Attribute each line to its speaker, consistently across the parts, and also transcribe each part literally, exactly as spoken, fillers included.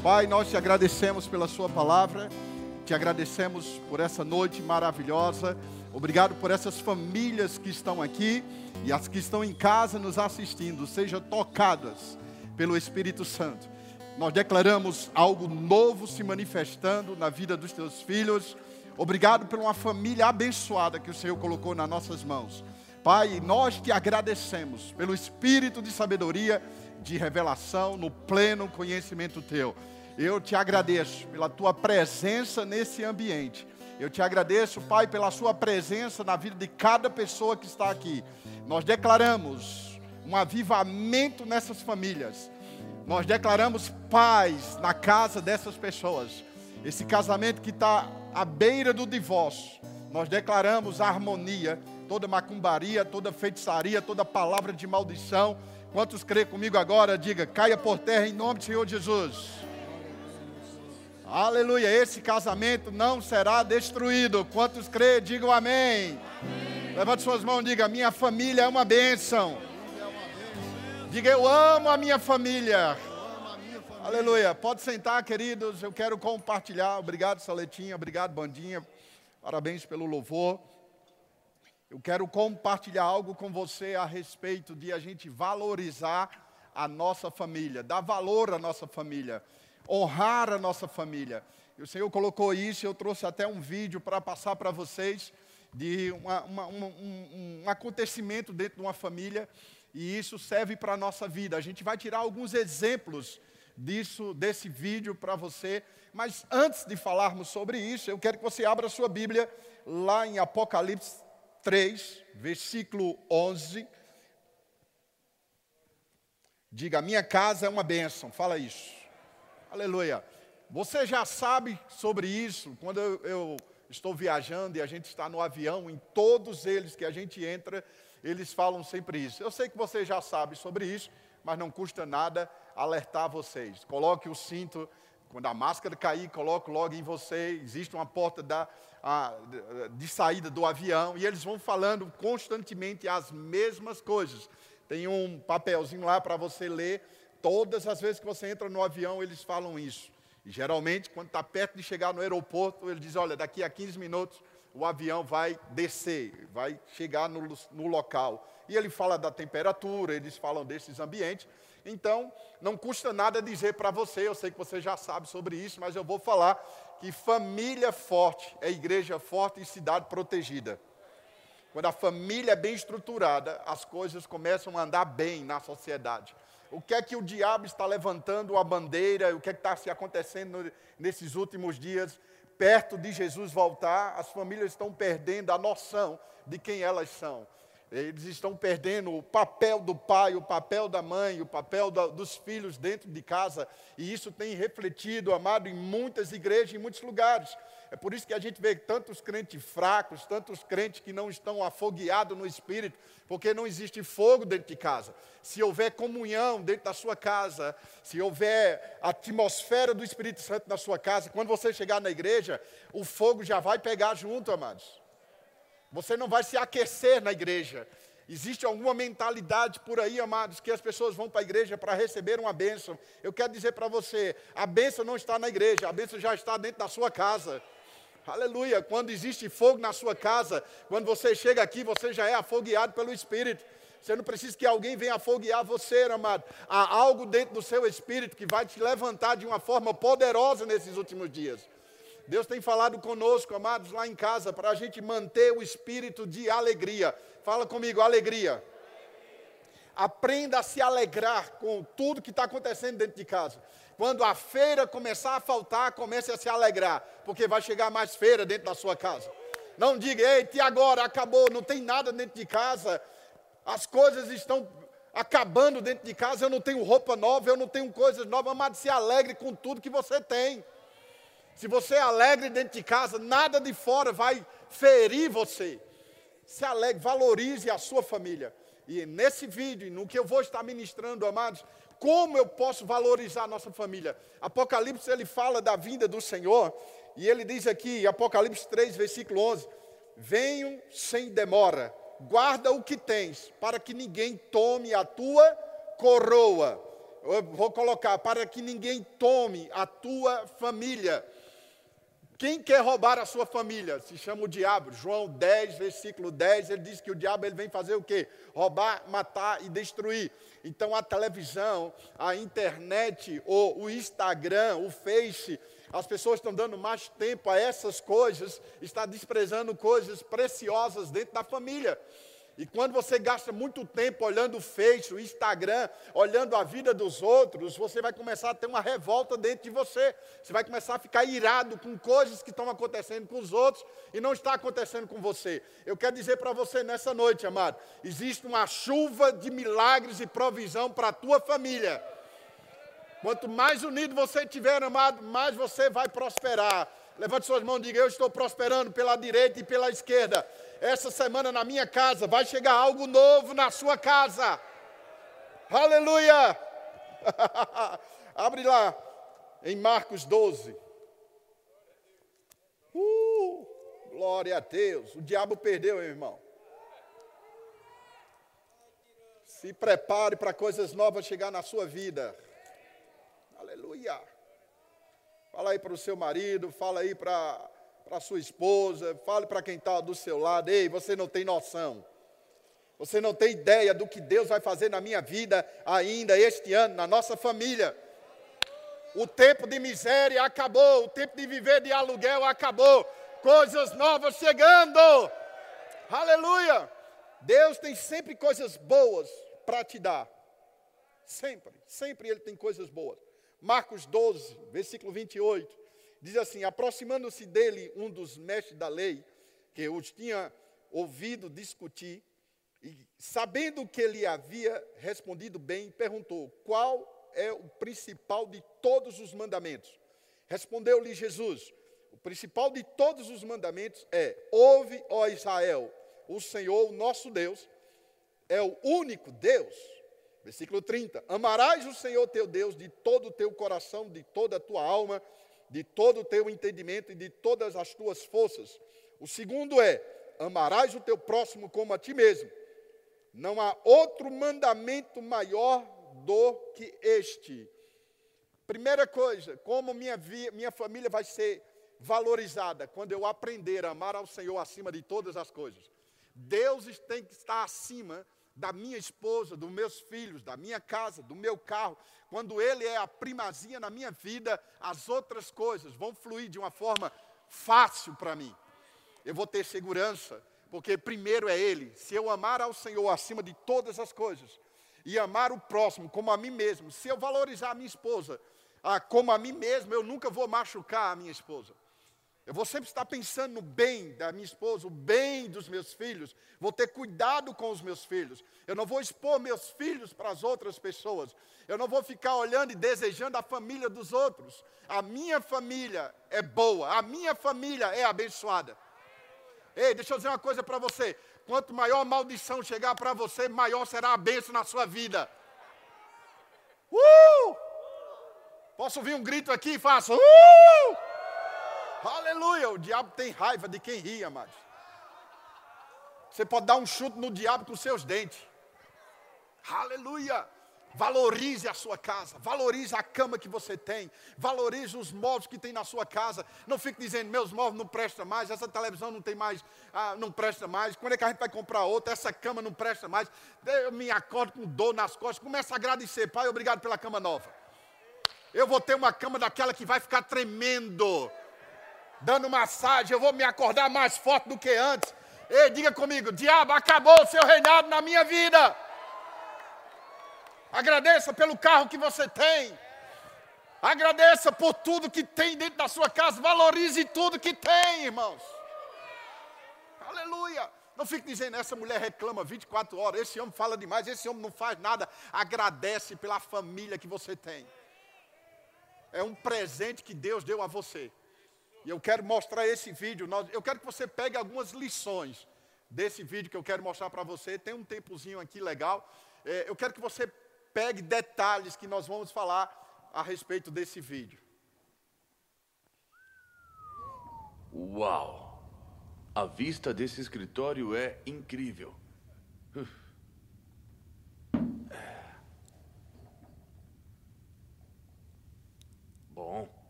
Speaker 1: Pai, nós te agradecemos pela sua palavra, te agradecemos por essa noite maravilhosa. Obrigado por essas famílias que estão aqui e as que estão em casa nos assistindo, sejam tocadas pelo Espírito Santo. Nós declaramos algo novo se manifestando na vida dos teus filhos. Obrigado por uma família abençoada que o Senhor colocou nas nossas mãos. Pai, nós te agradecemos pelo espírito de sabedoria, de revelação, no pleno conhecimento teu. Eu te agradeço pela tua presença nesse ambiente. Eu te agradeço, Pai, pela sua presença na vida de cada pessoa que está aqui. Nós declaramos um avivamento nessas famílias. Nós declaramos paz na casa dessas pessoas. Esse casamento que está à beira do divórcio, nós declaramos a harmonia, toda macumbaria, toda feitiçaria, toda palavra de maldição. Quantos creem comigo agora, diga, caia por terra em nome do Senhor Jesus. Aleluia, esse casamento não será destruído. Quantos creem, digam amém. Amém. Levante suas mãos e diga, minha família é uma bênção. Diga, eu amo a minha família. Aleluia, pode sentar, queridos, eu quero compartilhar. Obrigado, Saletinha, obrigado, Bandinha, parabéns pelo louvor. Eu quero compartilhar algo com você a respeito de a gente valorizar a nossa família, dar valor à nossa família, honrar a nossa família. E o Senhor colocou isso, eu trouxe até um vídeo para passar para vocês de uma, uma, uma, um, um acontecimento dentro de uma família, e isso serve para a nossa vida. A gente vai tirar alguns exemplos disso, desse vídeo para você, mas antes de falarmos sobre isso, eu quero que você abra a sua Bíblia lá em Apocalipse três, versículo onze. Diga, minha casa é uma bênção, fala isso. Aleluia. Você já sabe sobre isso, quando eu, eu estou viajando e a gente está no avião, em todos eles que a gente entra, eles falam sempre isso. Eu sei que você já sabe sobre isso, mas não custa nada alertar vocês. Coloque o cinto, quando a máscara cair, coloque logo em você. Existe uma porta da, a, de saída do avião e eles vão falando constantemente as mesmas coisas. Tem um papelzinho lá para você ler. Todas as vezes que você entra no avião, eles falam isso. E geralmente, quando está perto de chegar no aeroporto, ele diz, olha, daqui a quinze minutos o avião vai descer, vai chegar no, no local. E ele fala da temperatura, eles falam desses ambientes. Então, não custa nada dizer para você, eu sei que você já sabe sobre isso, mas eu vou falar que família forte é igreja forte e cidade protegida. Quando a família é bem estruturada, as coisas começam a andar bem na sociedade. O que é que o diabo está levantando a bandeira, o que é que está se acontecendo nesses últimos dias, perto de Jesus voltar, as famílias estão perdendo a noção de quem elas são. Eles estão perdendo o papel do pai, o papel da mãe, o papel da, dos filhos dentro de casa. E isso tem refletido, amado, em muitas igrejas, em muitos lugares. É por isso que a gente vê tantos crentes fracos, tantos crentes que não estão afogueados no Espírito, porque não existe fogo dentro de casa. Se houver comunhão dentro da sua casa, se houver atmosfera do Espírito Santo na sua casa, quando você chegar na igreja, o fogo já vai pegar junto, amados. Você não vai se aquecer na igreja. Existe alguma mentalidade por aí, amados, que as pessoas vão para a igreja para receber uma bênção. Eu quero dizer para você, a bênção não está na igreja, a bênção já está dentro da sua casa. Aleluia, quando existe fogo na sua casa, quando você chega aqui, você já é afogueado pelo Espírito. Você não precisa que alguém venha afoguear você, amado. Há algo dentro do seu espírito que vai te levantar de uma forma poderosa nesses últimos dias. Deus tem falado conosco, amados, lá em casa, para a gente manter o espírito de alegria. Fala comigo, alegria. Aprenda a se alegrar com tudo que está acontecendo dentro de casa. Quando a feira começar a faltar, comece a se alegrar, porque vai chegar mais feira dentro da sua casa. Não diga, eita, e agora? Acabou, não tem nada dentro de casa. As coisas estão acabando dentro de casa, eu não tenho roupa nova, eu não tenho coisas novas. Amado, se alegre com tudo que você tem. Se você é alegre dentro de casa, nada de fora vai ferir você. Se alegre, valorize a sua família. E nesse vídeo, no que eu vou estar ministrando, amados, como eu posso valorizar a nossa família? Apocalipse, ele fala da vinda do Senhor, e ele diz aqui, Apocalipse três, versículo onze, venham sem demora, guarda o que tens, para que ninguém tome a tua coroa. Eu vou colocar, para que ninguém tome a tua família. Quem quer roubar a sua família? Se chama o diabo. João dez, versículo dez, ele diz que o diabo ele vem fazer o quê? Roubar, matar e destruir. Então a televisão, a internet, o, o Instagram, o Face, as pessoas estão dando mais tempo a essas coisas, está desprezando coisas preciosas dentro da família. E quando você gasta muito tempo olhando o Face, o Instagram, olhando a vida dos outros, você vai começar a ter uma revolta dentro de você. Você vai começar a ficar irado com coisas que estão acontecendo com os outros e não está acontecendo com você. Eu quero dizer para você nessa noite, amado, existe uma chuva de milagres e provisão para a tua família. Quanto mais unido você estiver, amado, mais você vai prosperar. Levante suas mãos e diga, eu estou prosperando pela direita e pela esquerda. Essa semana na minha casa vai chegar algo novo na sua casa. Aleluia! Abre lá em Marcos doze. Uh, glória a Deus. O diabo perdeu, meu irmão. Se prepare para coisas novas chegar na sua vida. Aleluia! Fala aí para o seu marido, fala aí para a sua esposa, fale para quem está do seu lado. Ei, você não tem noção. Você não tem ideia do que Deus vai fazer na minha vida ainda este ano, na nossa família. O tempo de miséria acabou, o tempo de viver de aluguel acabou. Coisas novas chegando. Aleluia! Deus tem sempre coisas boas para te dar. Sempre, sempre Ele tem coisas boas. Marcos doze, versículo vinte e oito, diz assim, aproximando-se dele um dos mestres da lei, que os tinha ouvido discutir, e sabendo que ele havia respondido bem, perguntou, qual é o principal de todos os mandamentos? Respondeu-lhe Jesus, o principal de todos os mandamentos é, ouve, ó Israel, o Senhor, o nosso Deus, é o único Deus. Versículo trinta, amarás o Senhor teu Deus de todo o teu coração, de toda a tua alma, de todo o teu entendimento e de todas as tuas forças. O segundo é, amarás o teu próximo como a ti mesmo. Não há outro mandamento maior do que este. Primeira coisa, como minha, via, minha família vai ser valorizada quando eu aprender a amar ao Senhor acima de todas as coisas. Deus tem que estar acima da minha esposa, dos meus filhos, da minha casa, do meu carro. Quando Ele é a primazia na minha vida, as outras coisas vão fluir de uma forma fácil para mim. Eu vou ter segurança, porque primeiro é Ele. Se eu amar ao Senhor acima de todas as coisas, e amar o próximo como a mim mesmo, se eu valorizar a minha esposa ah, como a mim mesmo, eu nunca vou machucar a minha esposa. Eu vou sempre estar pensando no bem da minha esposa, o bem dos meus filhos. Vou ter cuidado com os meus filhos. Eu não vou expor meus filhos para as outras pessoas. Eu não vou ficar olhando e desejando a família dos outros. A minha família é boa. A minha família é abençoada. Ei, deixa eu dizer uma coisa para você. Quanto maior a maldição chegar para você, maior será a bênção na sua vida. Uh! Posso ouvir um grito aqui? Faça. Uh! Aleluia, o diabo tem raiva de quem ri, amados. Você pode dar um chute no diabo com seus dentes. Aleluia. Valorize a sua casa, valorize a cama que você tem, valorize os móveis que tem na sua casa. Não fique dizendo, meus móveis não prestam mais, essa televisão não tem mais, ah, não presta mais. Quando é que a gente vai comprar outra? Essa cama não presta mais. Eu me acordo com dor nas costas, começa a agradecer. Pai, obrigado pela cama nova. Eu vou ter uma cama daquela que vai ficar tremendo, dando massagem, eu vou me acordar mais forte do que antes. Ei, diga comigo, diabo, acabou o seu reinado na minha vida. Agradeça pelo carro que você tem. Agradeça por tudo que tem dentro da sua casa. Valorize tudo que tem, irmãos. Aleluia. Não fique dizendo, essa mulher reclama vinte e quatro horas, esse homem fala demais, esse homem não faz nada. Agradece pela família que você tem. É um presente que Deus deu a você. E eu quero mostrar esse vídeo. Eu quero que você pegue algumas lições desse vídeo que eu quero mostrar para você. Tem um tempozinho aqui legal. É, eu quero que você pegue detalhes que nós vamos falar a respeito desse vídeo.
Speaker 2: Uau! A vista desse escritório é incrível.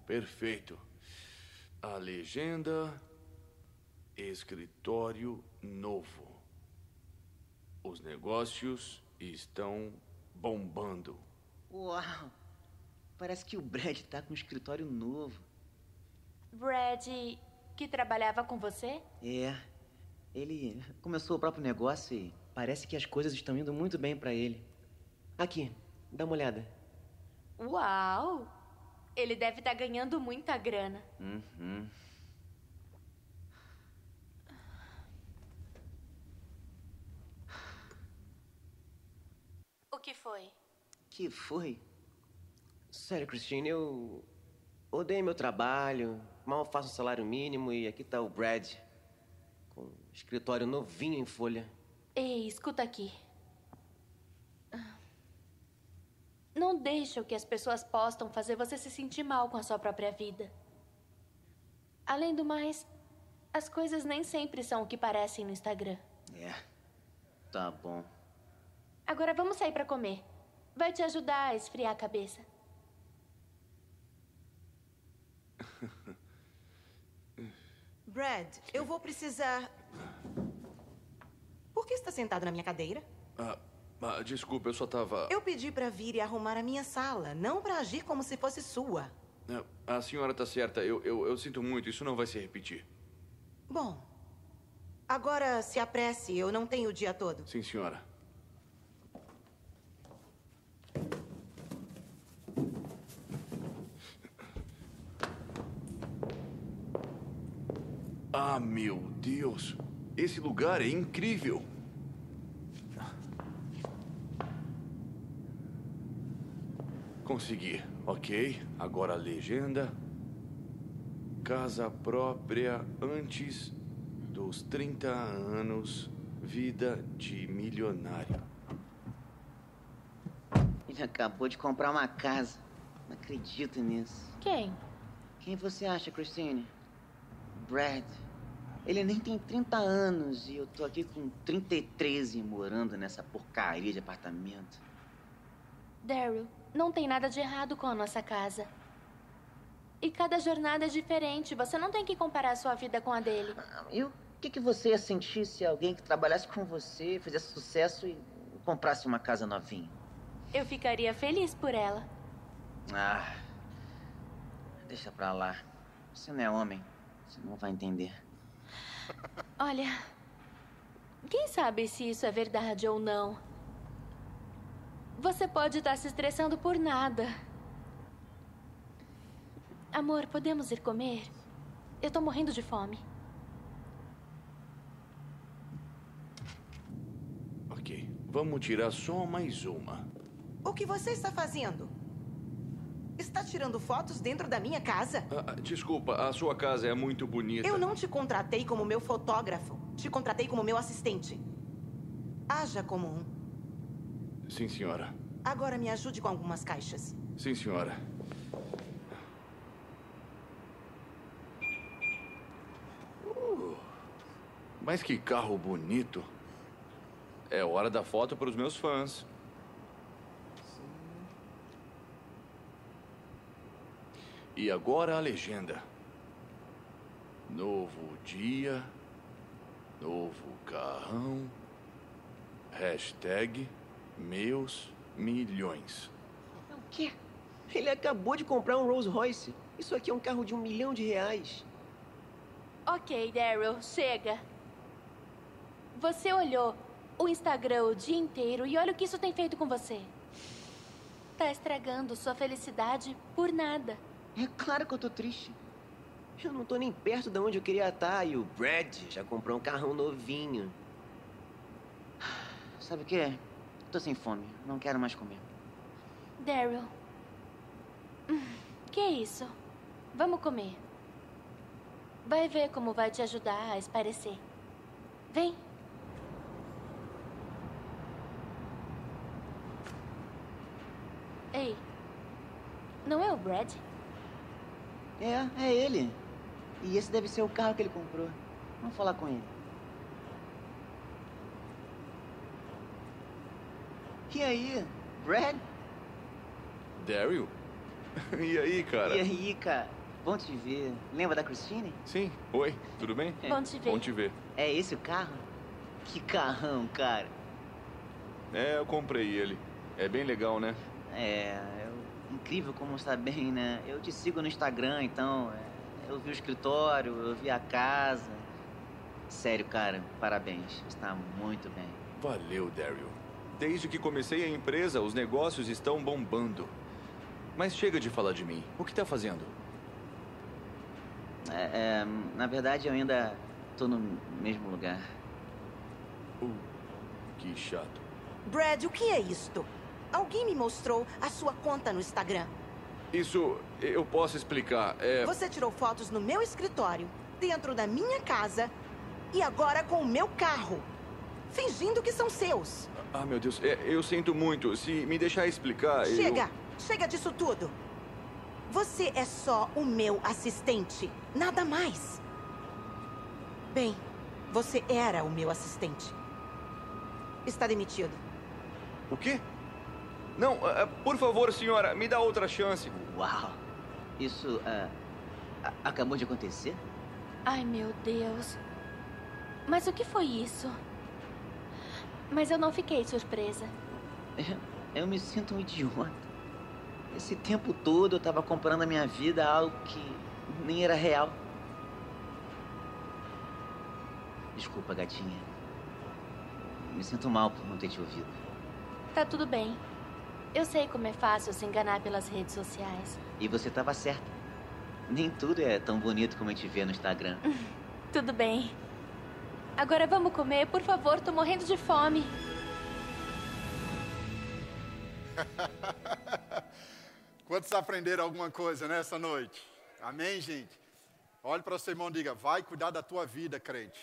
Speaker 2: Perfeito. A legenda: escritório novo. Os negócios estão bombando.
Speaker 3: Uau! Parece que o Brad tá com um escritório novo.
Speaker 4: Brad, que trabalhava com você?
Speaker 3: É. Ele começou o próprio negócio e parece que as coisas estão indo muito bem pra ele. Aqui, dá uma olhada.
Speaker 4: Uau! Ele deve estar ganhando muita grana.
Speaker 3: Uhum.
Speaker 4: O que foi?
Speaker 3: Que foi? Sério, Christine, eu odeio meu trabalho, mal faço um salário mínimo e aqui tá o Brad, com um escritório novinho em folha.
Speaker 4: Ei, escuta aqui. Não deixe o que as pessoas postam fazer você se sentir mal com a sua própria vida. Além do mais, as coisas nem sempre são o que parecem no Instagram.
Speaker 3: É, tá bom.
Speaker 4: Agora vamos sair pra comer. Vai te ajudar a esfriar a cabeça.
Speaker 5: Brad, eu vou precisar... Por que está sentado na minha cadeira?
Speaker 2: Ah, ah, desculpa, eu só tava...
Speaker 5: Eu pedi para vir e arrumar a minha sala, não para agir como se fosse sua.
Speaker 2: A senhora tá certa. Eu, eu, eu sinto muito. Isso não vai se repetir.
Speaker 5: Bom, agora se apresse. Eu não tenho o dia todo.
Speaker 2: Sim, senhora. Ah, meu Deus. Esse lugar é incrível. Consegui. Ok. Agora a legenda. Casa própria antes dos trinta anos. Vida de milionário.
Speaker 3: Ele acabou de comprar uma casa. Não acredito nisso.
Speaker 4: Quem?
Speaker 3: Quem você acha, Christine? Brad. Ele nem tem trinta anos e eu tô aqui com trinta e três e morando nessa porcaria de apartamento.
Speaker 4: Daryl, não tem nada de errado com a nossa casa. E cada jornada é diferente. Você não tem que comparar a sua vida com a dele.
Speaker 3: Ah, e o que, que você ia sentir se alguém que trabalhasse com você fizesse sucesso e comprasse uma casa novinha?
Speaker 4: Eu ficaria feliz por ela.
Speaker 3: Ah, deixa pra lá. Você não é homem. Você não vai entender.
Speaker 4: Olha, quem sabe se isso é verdade ou não? Você pode estar se estressando por nada. Amor, podemos ir comer? Eu tô morrendo de fome.
Speaker 2: Ok. Vamos tirar só mais uma.
Speaker 5: O que você está fazendo? Está tirando fotos dentro da minha casa?
Speaker 2: Ah, desculpa, a sua casa é muito bonita.
Speaker 5: Eu não te contratei como meu fotógrafo. Te contratei como meu assistente. Haja como um.
Speaker 2: Sim, senhora.
Speaker 5: Agora me ajude com algumas caixas.
Speaker 2: Sim, senhora. Uh, mas que carro bonito. É hora da foto para os meus fãs. E agora a legenda. Novo dia, novo carrão, hashtag meus milhões.
Speaker 3: O quê? Ele acabou de comprar um Rolls Royce. Isso aqui é um carro de um milhão de reais.
Speaker 4: Ok, Daryl, chega. Você olhou o Instagram o dia inteiro e olha o que isso tem feito com você. Tá estragando sua felicidade por nada.
Speaker 3: É claro que eu tô triste. Eu não tô nem perto de onde eu queria estar e o Brad já comprou um carrão novinho. Sabe o quê? Tô sem fome. Não quero mais comer.
Speaker 4: Daryl. Hum, que isso? Vamos comer. Vai ver como vai te ajudar a espairecer. Vem. Ei. Não é o Brad?
Speaker 3: É, é ele. E esse deve ser o carro que ele comprou. Vamos falar com ele. E aí, Brad?
Speaker 2: Daryl? E aí, cara?
Speaker 6: E aí, cara? Bom te ver. Lembra da Christine?
Speaker 2: Sim. Oi, tudo bem?
Speaker 4: Bom te ver.
Speaker 2: Bom te ver.
Speaker 6: É esse o carro? Que carrão, cara.
Speaker 2: É, eu comprei ele. É bem legal, né?
Speaker 6: É, eu, incrível como está bem, né? Eu te sigo no Instagram, então... é, eu vi o escritório, eu vi a casa. Sério, cara, parabéns. Está muito bem.
Speaker 2: Valeu, Daryl. Desde que comecei a empresa, os negócios estão bombando. Mas chega de falar de mim. O que tá fazendo?
Speaker 6: É, é, na verdade, eu ainda tô no mesmo lugar.
Speaker 2: Uh, que chato.
Speaker 5: Brad, o que é isto? Alguém me mostrou a sua conta no Instagram.
Speaker 2: Isso, eu posso explicar. É...
Speaker 5: Você tirou fotos no meu escritório, dentro da minha casa e agora com o meu carro, fingindo que são seus.
Speaker 2: Ah, meu Deus, é, eu sinto muito. Se me deixar explicar,
Speaker 5: Chega,
Speaker 2: eu...
Speaker 5: chega disso tudo. Você é só o meu assistente, nada mais. Bem, você era o meu assistente. Está demitido.
Speaker 2: O quê? Não, uh, por favor, senhora, me dá outra chance.
Speaker 6: Uau! Isso, ah, a- acabou de acontecer?
Speaker 4: Ai, meu Deus. Mas o que foi isso? Mas eu não fiquei surpresa.
Speaker 6: Eu, eu me sinto um idiota. Esse tempo todo eu tava comprando a minha vida a algo que nem era real. Desculpa, gatinha. Me sinto mal por não ter te ouvido.
Speaker 4: Tá tudo bem. Eu sei como é fácil se enganar pelas redes sociais.
Speaker 6: E você tava certa. Nem tudo é tão bonito como a gente vê no Instagram.
Speaker 4: Tudo bem. Agora vamos comer, por favor, tô morrendo de fome.
Speaker 1: Quantos aprenderam alguma coisa nessa noite? Amém, gente? Olhe para o seu irmão e diga, vai cuidar da tua vida, crente.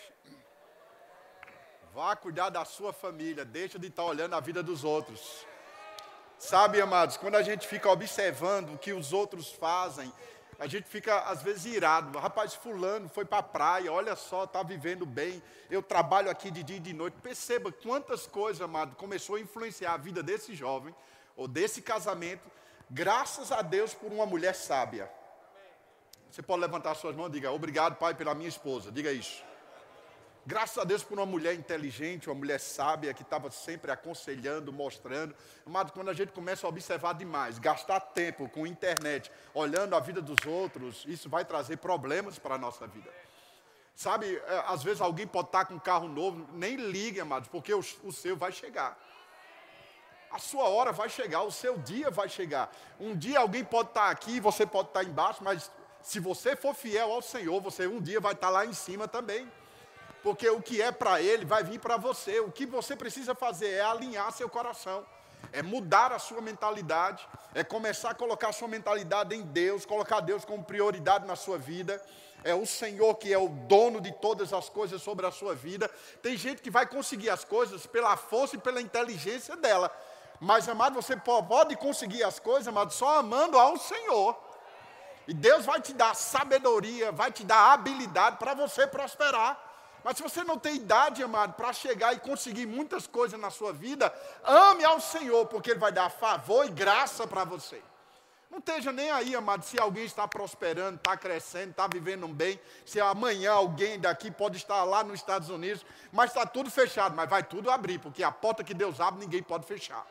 Speaker 1: Vá cuidar da sua família, deixa de estar olhando a vida dos outros. Sabe, amados, quando a gente fica observando o que os outros fazem, a gente fica, às vezes, irado. Rapaz, fulano foi para a praia, olha só, está vivendo bem. Eu trabalho aqui de dia e de noite. Perceba quantas coisas, amado, começou a influenciar a vida desse jovem, ou desse casamento, graças a Deus por uma mulher sábia. Você pode levantar suas mãos e diga, obrigado, Pai, pela minha esposa. Diga isso. Graças a Deus por uma mulher inteligente, uma mulher sábia, que estava sempre aconselhando, mostrando. Amado, quando a gente começa a observar demais, gastar tempo com internet, olhando a vida dos outros, isso vai trazer problemas para a nossa vida. Sabe, às vezes alguém pode estar com um carro novo, nem ligue, amados, porque o, o seu vai chegar. A sua hora vai chegar, o seu dia vai chegar. Um dia alguém pode estar aqui, você pode estar embaixo, mas se você for fiel ao Senhor, você um dia vai estar lá em cima também. Porque o que é para Ele vai vir para você. O que você precisa fazer é alinhar seu coração. É mudar a sua mentalidade. É começar a colocar a sua mentalidade em Deus. Colocar Deus como prioridade na sua vida. É o Senhor que é o dono de todas as coisas sobre a sua vida. Tem gente que vai conseguir as coisas pela força e pela inteligência dela. Mas, amado, você pode conseguir as coisas, amado, só amando ao Senhor. E Deus vai te dar sabedoria, vai te dar habilidade para você prosperar. Mas se você não tem idade, amado, para chegar e conseguir muitas coisas na sua vida, ame ao Senhor, porque Ele vai dar favor e graça para você. Não esteja nem aí, amado, se alguém está prosperando, está crescendo, está vivendo bem, se amanhã alguém daqui pode estar lá nos Estados Unidos, mas está tudo fechado, mas vai tudo abrir, porque a porta que Deus abre, ninguém pode fechar.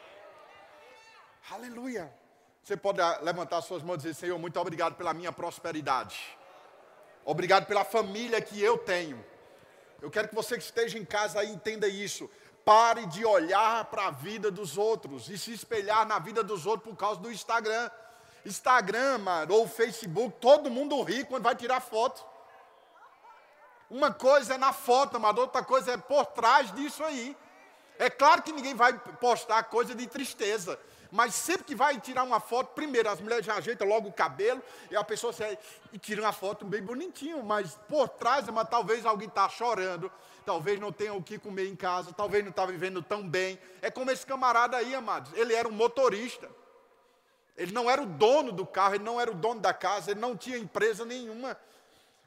Speaker 1: Aleluia. Você pode levantar suas mãos e dizer, Senhor, muito obrigado pela minha prosperidade. Obrigado pela família que eu tenho. Eu quero que você que esteja em casa aí entenda isso. Pare de olhar para a vida dos outros e se espelhar na vida dos outros por causa do Instagram. Instagram, mano, ou Facebook, todo mundo ri quando vai tirar foto. Uma coisa é na foto, mas outra coisa é por trás disso aí. É claro que ninguém vai postar coisa de tristeza. Mas sempre que vai tirar uma foto, primeiro as mulheres já ajeitam logo o cabelo, e a pessoa sai e tira uma foto bem bonitinho, mas por trás, mas talvez alguém está chorando, talvez não tenha o que comer em casa, talvez não está vivendo tão bem. É como esse camarada aí, amados, ele era um motorista. Ele não era o dono do carro, ele não era o dono da casa, ele não tinha empresa nenhuma.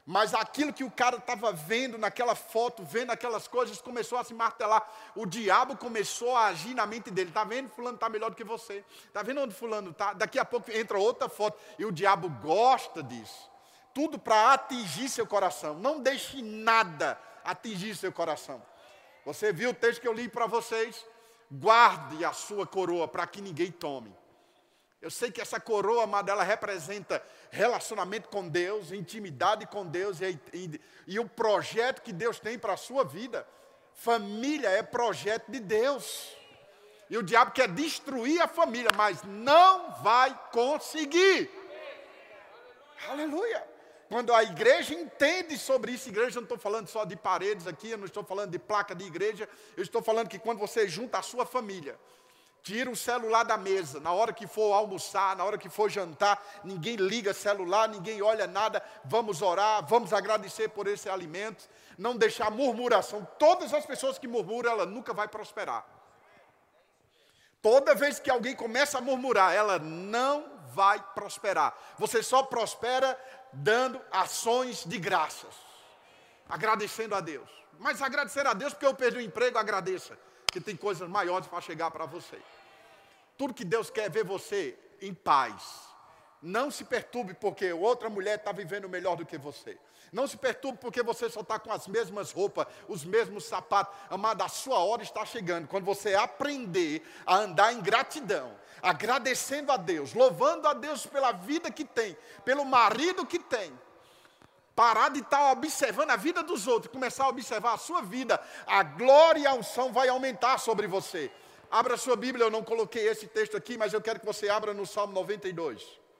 Speaker 1: Mas aquilo que o cara estava vendo naquela foto, vendo aquelas coisas, começou a se martelar. O diabo começou a agir na mente dele. Está vendo? Fulano está melhor do que você. Está vendo onde fulano está? Daqui a pouco entra outra foto. E o diabo gosta disso. Tudo para atingir seu coração. Não deixe nada atingir seu coração. Você viu o texto que eu li para vocês? Guarde a sua coroa para que ninguém tome. Eu sei que essa coroa, amada, ela representa relacionamento com Deus, intimidade com Deus e, e, e o projeto que Deus tem para a sua vida. Família é projeto de Deus. E o diabo quer destruir a família, mas não vai conseguir. Aleluia. Quando a igreja entende sobre isso, igreja, eu não estou falando só de paredes aqui, eu não estou falando de placa de igreja, eu estou falando que quando você junta a sua família, tira o celular da mesa, na hora que for almoçar, na hora que for jantar, ninguém liga celular, ninguém olha nada, vamos orar, vamos agradecer por esse alimento, não deixar murmuração. Todas as pessoas que murmuram, ela nunca vai prosperar. Toda vez que alguém começa a murmurar, ela não vai prosperar. Você só prospera dando ações de graças, agradecendo a Deus. Mas agradecer a Deus porque eu perdi o emprego, agradeça, que tem coisas maiores para chegar para você. Tudo que Deus quer é ver você em paz. Não se perturbe porque outra mulher está vivendo melhor do que você. Não se perturbe porque você só está com as mesmas roupas, os mesmos sapatos. Amado, a sua hora está chegando. Quando você aprender a andar em gratidão, agradecendo a Deus, louvando a Deus pela vida que tem, pelo marido que tem. Parar de estar observando a vida dos outros, começar a observar a sua vida, a glória e a unção vai aumentar sobre você. Abra a sua Bíblia, eu não coloquei esse texto aqui, mas eu quero que você abra no Salmo noventa e dois.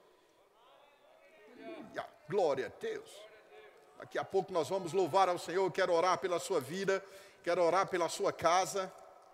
Speaker 1: Glória a Deus. Daqui a pouco nós vamos louvar ao Senhor, eu quero orar pela sua vida, quero orar pela sua casa.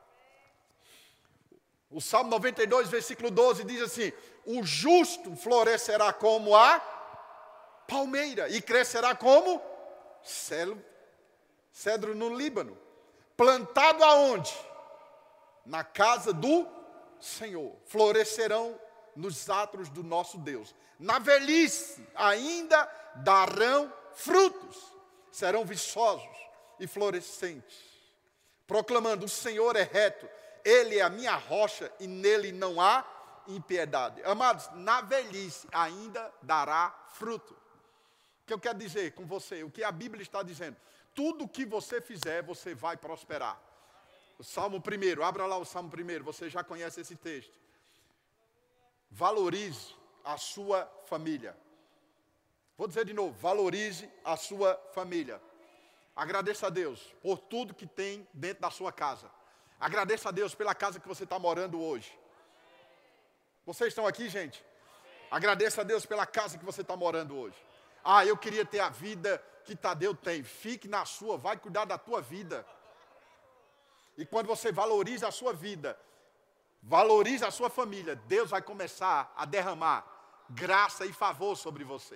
Speaker 1: O Salmo noventa e dois, versículo doze, diz assim: o justo florescerá como a palmeira e crescerá como cedro, cedro no Líbano. Plantado aonde? Na casa do Senhor. Florescerão nos atos do nosso Deus. Na velhice ainda darão frutos. Serão viçosos e florescentes. Proclamando: o Senhor é reto. Ele é a minha rocha e nele não há impiedade. Amados, na velhice ainda dará fruto. O que eu quero dizer com você? O que a Bíblia está dizendo? Tudo que você fizer, você vai prosperar. O Salmo primeiro, abra lá o Salmo primeiro, você já conhece esse texto. Valorize a sua família. Vou dizer de novo, valorize a sua família. Agradeça a Deus por tudo que tem dentro da sua casa. Agradeça a Deus pela casa que você está morando hoje. Vocês estão aqui, gente? Agradeça a Deus pela casa que você está morando hoje. Ah, eu queria ter a vida que Tadeu tem. Fique na sua, vai cuidar da tua vida. E quando você valoriza a sua vida, valoriza a sua família, Deus vai começar a derramar graça e favor sobre você.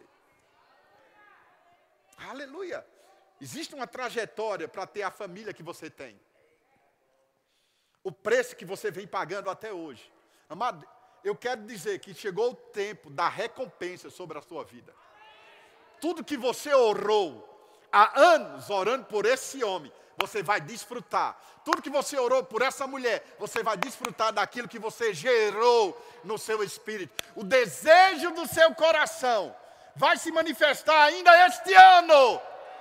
Speaker 1: Aleluia! Existe uma trajetória para ter a família que você tem. O preço que você vem pagando até hoje. Amado, eu quero dizer que chegou o tempo da recompensa sobre a sua vida. Tudo que você orou há anos orando por esse homem, você vai desfrutar. Tudo que você orou por essa mulher, você vai desfrutar daquilo que você gerou no seu espírito. O desejo do seu coração vai se manifestar ainda este ano.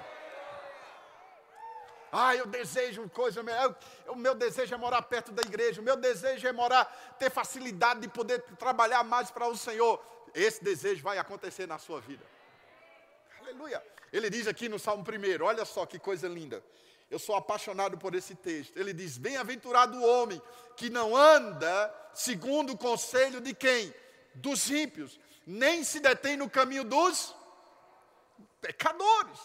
Speaker 1: Ah, eu desejo coisa, o meu desejo é morar perto da igreja, o meu desejo é morar, ter facilidade de poder trabalhar mais para o Senhor. Esse desejo vai acontecer na sua vida. Aleluia. Ele diz aqui no Salmo primeiro, olha só que coisa linda. Eu sou apaixonado por esse texto. Ele diz: bem-aventurado o homem que não anda segundo o conselho de quem? Dos ímpios, nem se detém no caminho dos pecadores.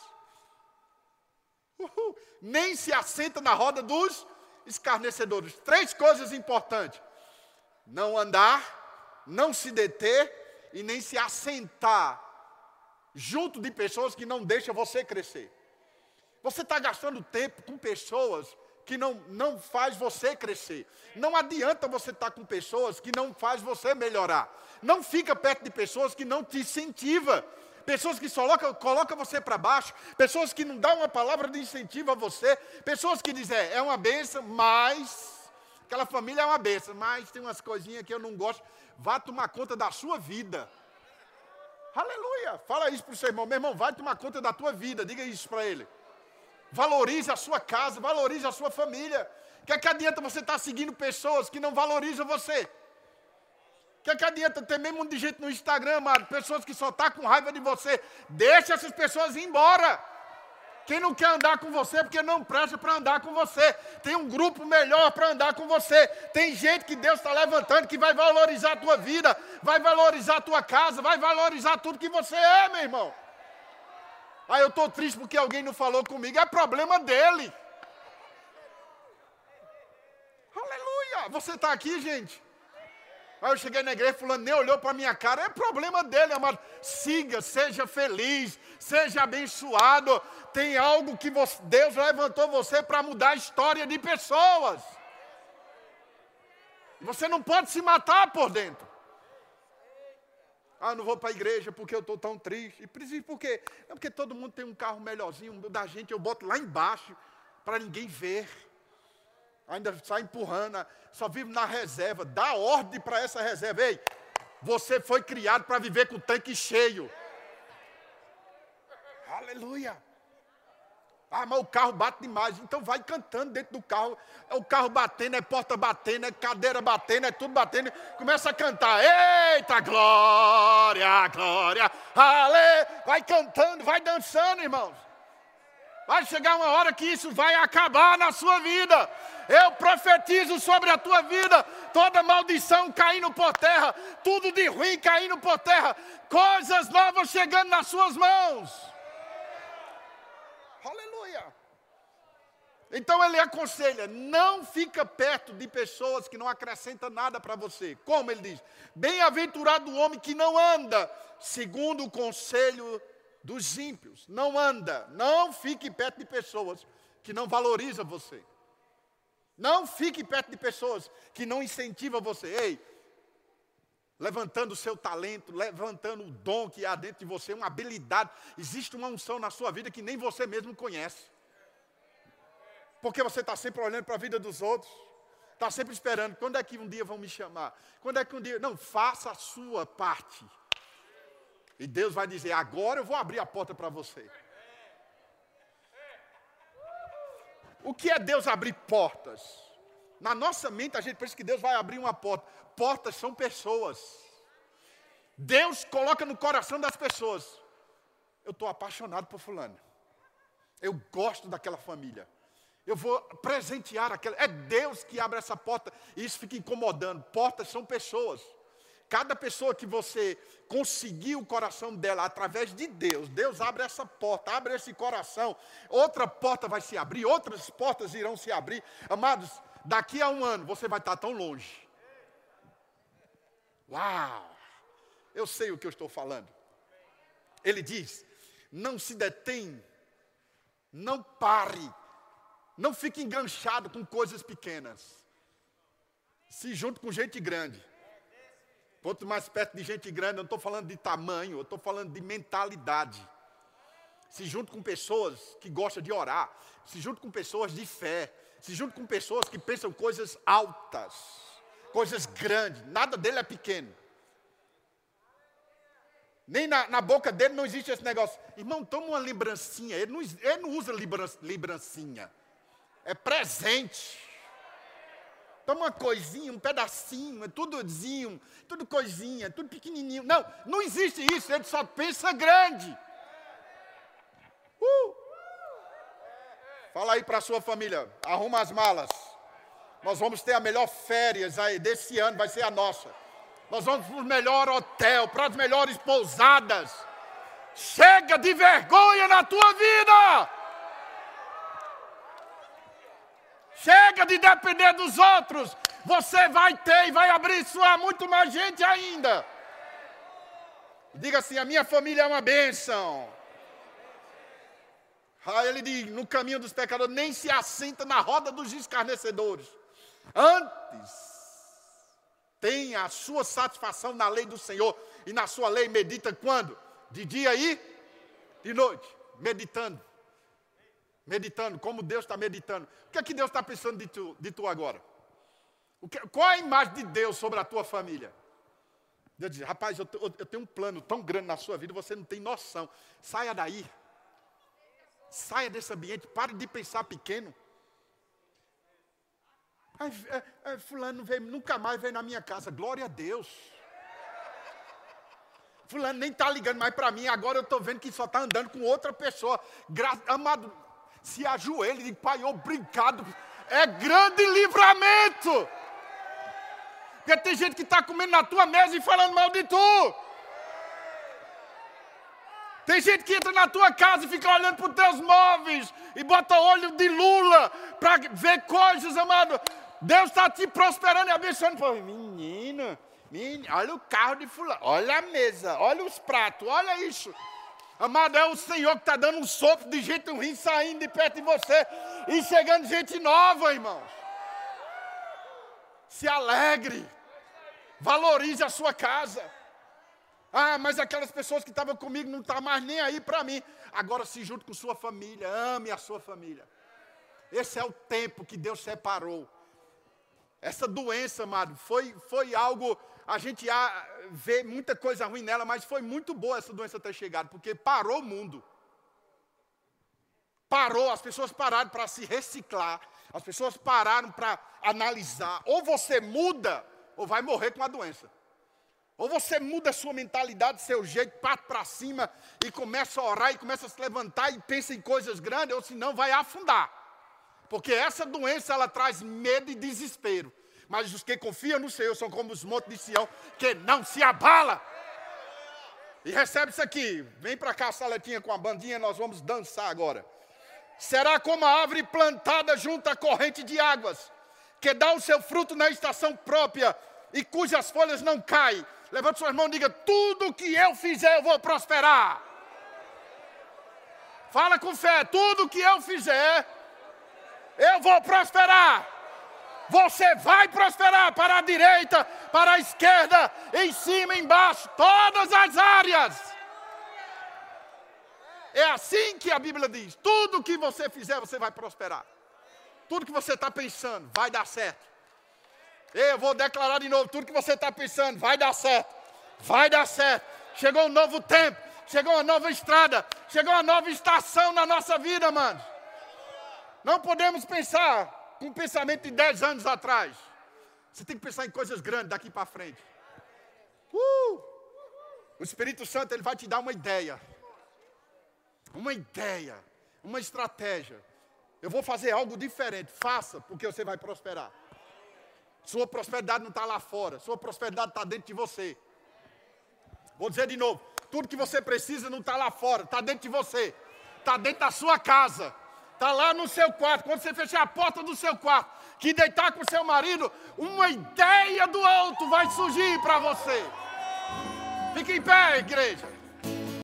Speaker 1: Uhul. Nem se assenta na roda dos escarnecedores. Três coisas importantes: não andar, não se deter e nem se assentar junto de pessoas que não deixam você crescer. Você está gastando tempo com pessoas que não, não faz você crescer. Não adianta você estar com pessoas que não faz você melhorar. Não fica perto de pessoas que não te incentivam. pessoas que só colocam, colocam você para baixo, pessoas que não dão uma palavra de incentivo a você, pessoas que dizem, é, é uma bênção, mas, aquela família é uma bênção, mas tem umas coisinhas que eu não gosto, vá tomar conta da sua vida. Aleluia, fala isso para o seu irmão, meu irmão, vai tomar conta da tua vida, diga isso para ele. Valorize a sua casa, valorize a sua família. O que é que adianta você estar seguindo pessoas que não valorizam você? O que é que adianta ter mesmo um de gente no Instagram, amado, pessoas que só estão com raiva de você? Deixa essas pessoas ir embora. Quem não quer andar com você é porque não presta para andar com você. Tem um grupo melhor para andar com você. Tem gente que Deus está levantando que vai valorizar a tua vida, vai valorizar a tua casa, vai valorizar tudo que você é, meu irmão. Ah, eu estou triste porque alguém não falou comigo. É problema dele. Aleluia. Você está aqui, gente? Aí eu cheguei na igreja, fulano nem olhou para a minha cara. É problema dele, amado. Siga, seja feliz, seja abençoado. Tem algo que você, Deus levantou você para mudar a história de pessoas. Você não pode se matar por dentro. Ah, não vou para a igreja porque eu estou tão triste. E preciso por quê? É porque todo mundo tem um carro melhorzinho. O da gente eu boto lá embaixo para ninguém ver. Ainda sai empurrando, só vive na reserva. Dá ordem para essa reserva. Ei, você foi criado para viver com o tanque cheio. Aleluia. Ah, mas o carro bate demais. Então vai cantando dentro do carro. É o carro batendo, é porta batendo, é cadeira batendo, é tudo batendo. Começa a cantar. Eita, glória, glória, ale. Vai cantando, vai dançando, irmãos. Vai chegar uma hora que isso vai acabar na sua vida. Eu profetizo sobre a tua vida. Toda maldição caindo por terra. Tudo de ruim caindo por terra. Coisas novas chegando nas suas mãos. Aleluia. Então ele aconselha, não fica perto de pessoas que não acrescentam nada para você. Como ele diz? Bem-aventurado o homem que não anda segundo o conselho dos ímpios. Não anda, não fique perto de pessoas que não valorizam você. Não fique perto de pessoas que não incentivam você. Ei, levantando o seu talento, levantando o dom que há dentro de você, uma habilidade. Existe uma unção na sua vida que nem você mesmo conhece. Porque você está sempre olhando para a vida dos outros. Está sempre esperando, quando é que um dia vão me chamar? Quando é que um dia... Não, faça a sua parte. E Deus vai dizer, agora eu vou abrir a porta para você. O que é Deus abrir portas? Na nossa mente a gente pensa que Deus vai abrir uma porta. Portas são pessoas. Deus coloca no coração das pessoas. Eu estou apaixonado por fulano. Eu gosto daquela família. Eu vou presentear aquela. É Deus que abre essa porta. E isso fica incomodando. Portas são pessoas. Cada pessoa que você conseguir o coração dela através de Deus, Deus abre essa porta, abre esse coração, outra porta vai se abrir, outras portas irão se abrir. Amados, daqui a um ano você vai estar tão longe. Uau! Eu sei o que eu estou falando. Ele diz, não se detém, não pare, não fique enganchado com coisas pequenas. Se junte com gente grande. Quanto mais perto de gente grande, eu não estou falando de tamanho, eu estou falando de mentalidade. Se junte com pessoas que gostam de orar, se junte com pessoas de fé, se junte com pessoas que pensam coisas altas, coisas grandes, nada dele é pequeno. Nem na, na boca dele não existe esse negócio. Irmão, toma uma lembrancinha, ele não, ele não usa lembrancinha, é presente. Toma uma coisinha, um pedacinho, é tudozinho, tudo coisinha, tudo pequenininho. Não, não existe isso, ele só pensa grande. Uh! Fala aí para a sua família, arruma as malas. Nós vamos ter a melhor férias aí desse ano, vai ser a nossa. Nós vamos para o melhor hotel, para as melhores pousadas. Chega de vergonha na tua vida! Chega de depender dos outros. Você vai ter e vai abençoar muito mais gente ainda. Diga assim, a minha família é uma bênção. Aí ele diz, no caminho dos pecadores, nem se assenta na roda dos escarnecedores. Antes, tenha a sua satisfação na lei do Senhor. E na sua lei medita quando? De dia e de noite. Meditando. Meditando, como Deus está meditando. O que é que Deus está pensando de tu, de tu agora? O que, qual é a imagem de Deus sobre a tua família? Deus diz, rapaz, eu, eu tenho um plano tão grande na sua vida, você não tem noção. Saia daí. Saia desse ambiente, pare de pensar pequeno. Ai, é, é, fulano veio, nunca mais veio na minha casa, glória a Deus. Fulano nem está ligando mais para mim, agora eu estou vendo que só está andando com outra pessoa. Gra Amado, se ajoelhe e diga, pai, obrigado. É grande livramento. Porque tem gente que está comendo na tua mesa e falando mal de tu. Tem gente que entra na tua casa e fica olhando para os teus móveis e bota olho de Lula para ver coisas, amado. Deus está te prosperando e abençoando. Pô, menino, menino, olha o carro de fulano, olha a mesa, olha os pratos, olha isso. Amado, é o Senhor que está dando um sopro de gente ruim saindo de perto de você e chegando gente nova, irmãos. Se alegre. Valorize a sua casa. Ah, mas aquelas pessoas que estavam comigo não estão mais nem aí para mim. Agora se junte com sua família. Ame a sua família. Esse é o tempo que Deus separou. Essa doença, amado, foi, foi algo... A gente ia ver muita coisa ruim nela, mas foi muito boa essa doença ter chegado, porque parou o mundo. Parou, as pessoas pararam para se reciclar. As pessoas pararam para analisar. Ou você muda, ou vai morrer com a doença. Ou você muda a sua mentalidade, seu jeito, parte para cima e começa a orar e começa a se levantar e pensa em coisas grandes, ou senão vai afundar. Porque essa doença, ela traz medo e desespero. Mas os que confiam no Senhor são como os montes de Sião, que não se abala. E recebe isso aqui. Vem para cá, Saletinha, com a bandinha, nós vamos dançar agora. Será como a árvore plantada junto à corrente de águas, que dá o seu fruto na estação própria e cujas folhas não caem. Levante suas mãos e diga, tudo que eu fizer eu vou prosperar. Fala com fé, tudo que eu fizer eu vou prosperar. Você vai prosperar para a direita, para a esquerda, em cima, embaixo, todas as áreas. É assim que a Bíblia diz, tudo que você fizer você vai prosperar. Tudo que você está pensando vai dar certo. Eu vou declarar de novo, tudo que você está pensando vai dar certo. Vai dar certo. Chegou um novo tempo, chegou uma nova estrada, chegou uma nova estação na nossa vida, mano. Não podemos pensar com um pensamento de dez anos atrás. Você tem que pensar em coisas grandes daqui para frente. Uh! O Espírito Santo, ele vai te dar uma ideia. Uma ideia, uma estratégia. Eu vou fazer algo diferente. Faça, porque você vai prosperar. Sua prosperidade não está lá fora. Sua prosperidade está dentro de você. Vou dizer de novo. Tudo que você precisa não está lá fora. Está dentro de você. Está dentro da sua casa. Está lá no seu quarto. Quando você fechar a porta do seu quarto, que deitar com o seu marido, uma ideia do alto vai surgir para você. Fique em pé, igreja.